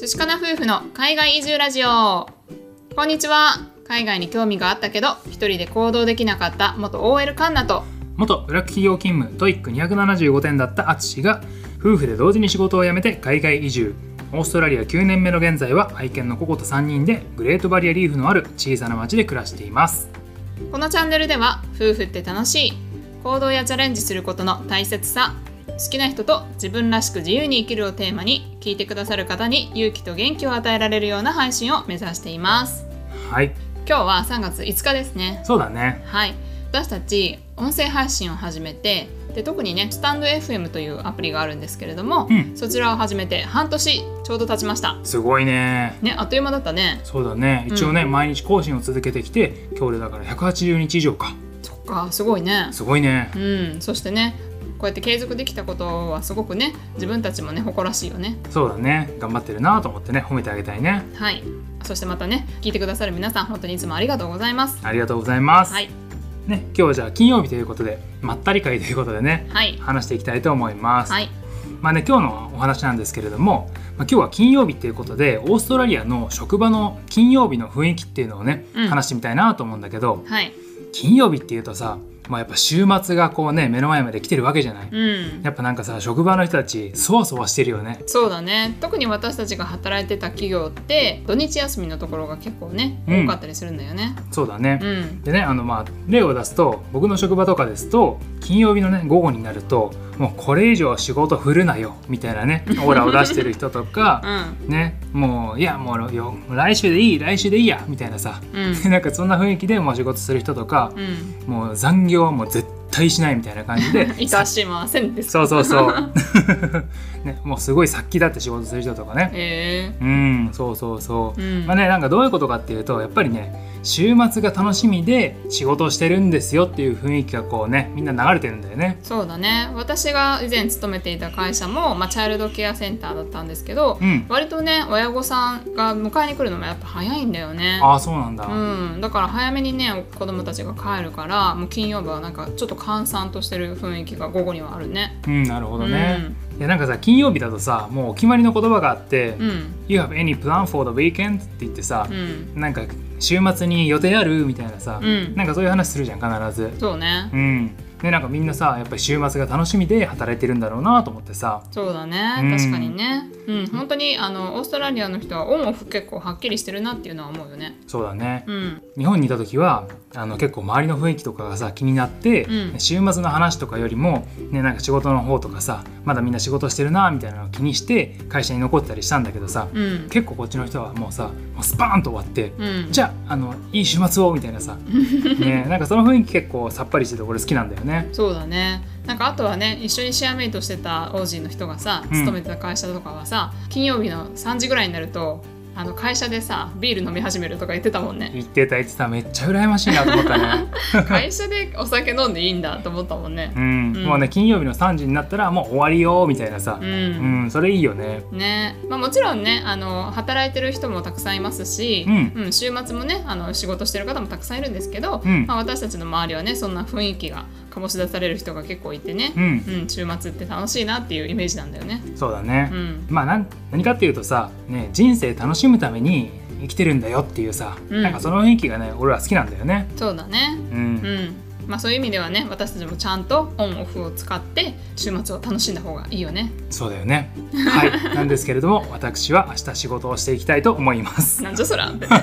寿司かな夫婦の海外移住ラジオ。こんにちは。海外に興味があったけど一人で行動できなかった元 OL カンナと元ブラック企業勤務トイック275点だったアツシが夫婦で同時に仕事を辞めて海外移住。オーストラリア9年目の現在は愛犬のココと3人でグレートバリアリーフのある小さな町で暮らしています。 このチャンネルでは夫婦って楽しい、行動やチャレンジすることの大切さ、好きな人と自分らしく自由に生きるをテーマに聞いてくださる方に勇気と元気を与えられるような配信を目指しています。 はい、 今日は3月5日ですね。 そうだね。 はい、私たち音声配信を始めて、で特にねスタンド FM というアプリがあるんですけれども、そちらを始めて半年ちょうど経ちました。 すごいね。 あっという間だったね。 そうだね。一応ね、毎日更新を続けてきて今日でだから180日以上か。 そっか、すごいね。 すごいね。 そしてねこうやって継続できたことはすごくね自分たちもね誇らしいよね。 そうだね。頑張ってるなと思ってね褒めてあげたいね。 はい。そしてまたね聞いてくださる皆さん本当にいつもありがとうございます。 ありがとうございます。 はい。 ね、今日はじゃあ金曜日ということでまったり会ということでね、 はい、 話していきたいと思います。 はい。 今日のお話なんですけれども、今日は金曜日っていうことでオーストラリアの職場の金曜日の雰囲気っていうのをね、話してみたいなと思うんだけど、 はい、 金曜日っていうとさ、やっぱ週末がこうね目の前まで来てるわけじゃない、やっぱなんかさ職場の人たちそわそわしてるよね。 そうだね。特に私たちが働いてた企業って土日休みのところが結構ね、多かったりするんだよね。 そうだね、でね例を出すと僕の職場とかですと金曜日のね午後になるともうこれ以上仕事振るなよみたいなねオーラを出してる人とか、ねもういやもう来週でいいやみたいなさ、なんかそんな雰囲気でもう仕事する人とか、もう残業はもう絶対しないみたいな感じでいたしませんです。 そうね、もうすごい殺気立って仕事する人とかね、そうね、なんかどういうことかっていうとやっぱりね週末が楽しみで仕事をしてるんですよっていう雰囲気がこうねみんな流れてるんだよね。 そうだね。私が以前勤めていた会社も、チャイルドケアセンターだったんですけど、割とね親御さんが迎えに来るのもやっぱ早いんだよね。 ああそうなんだ。 だから早めにね子供たちが帰るからもう金曜日はなんかちょっと閑散としてる雰囲気が午後にはあるね。 なるほどね。いやなんかさ金曜日だとさもうお決まりの言葉があって「You have any plan for the weekend?」って言ってさ、なんか週末に予定あるみたいなさ、なんかそういう話するじゃん必ず。 そうね。 でなんかみんなさやっぱり週末が楽しみで働いてるんだろうなと思ってさ。 そうだね、確かにね。本当にオーストラリアの人はオンオフ結構はっきりしてるなっていうのは思うよね。 そうだね、日本にいた時は結構周りの雰囲気とかがさ気になって、週末の話とかよりも、なんか仕事の方とかさまだみんな仕事してるなみたいなのを気にして会社に残ってたりしたんだけどさ、結構こっちの人はもうさもうスパーンと終わって、じゃあいい週末をみたいなさ、なんかその雰囲気結構さっぱりしてて俺好きなんだよね。 そうだね。なんかあとはね一緒にシェアメイトしてたオージーの人がさ勤めてた会社とかはさ、金曜日の3時ぐらいになると会社でさビール飲み始めるとか言ってたもんね。 言ってためっちゃ羨ましいなと思ったね会社でお酒飲んでいいんだと思ったもんね。 もうね金曜日の3時になったらもう終わりよみたいなさ、それいいよね。 もちろんね働いてる人もたくさんいますし、週末もね仕事してる方もたくさんいるんですけど、私たちの周りはねそんな雰囲気が醸し出される人が結構いてね、週末って楽しいなっていうイメージなんだよね。 そうだね、何かっていうとさ、人生楽しむために生きてるんだよっていうさ、なんかその雰囲気がね俺は好きなんだよね。 そうだね。そういう意味ではね私たちもちゃんとオンオフを使って週末を楽しんだ方がいいよね。 そうだよね。はいなんですけれども私は明日仕事をしていきたいと思います。 なんじゃそらって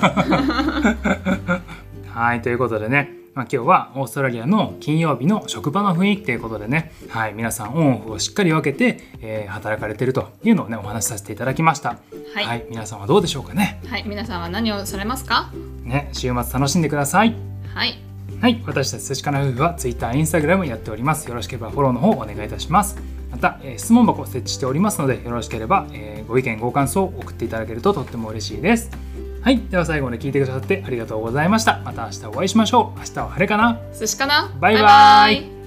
はいということでね、今日はオーストラリアの金曜日の職場の雰囲気ということでね、皆さんオンオフをしっかり分けて、働かれているというのをねお話しさせていただきました。皆さんはどうでしょうかね。 皆さんは何をされますかね。週末楽しんでください。私たち寿司かな夫婦は Twitter、Instagram やっております。よろしければフォローの方お願いいたします。また、質問箱を設置しておりますのでよろしければ、ご意見ご感想を送っていただけるととっても嬉しいです。では最後まで聞いてくださってありがとうございました。また明日お会いしましょう。明日は晴れかな。 寿司かな。 バイバイ。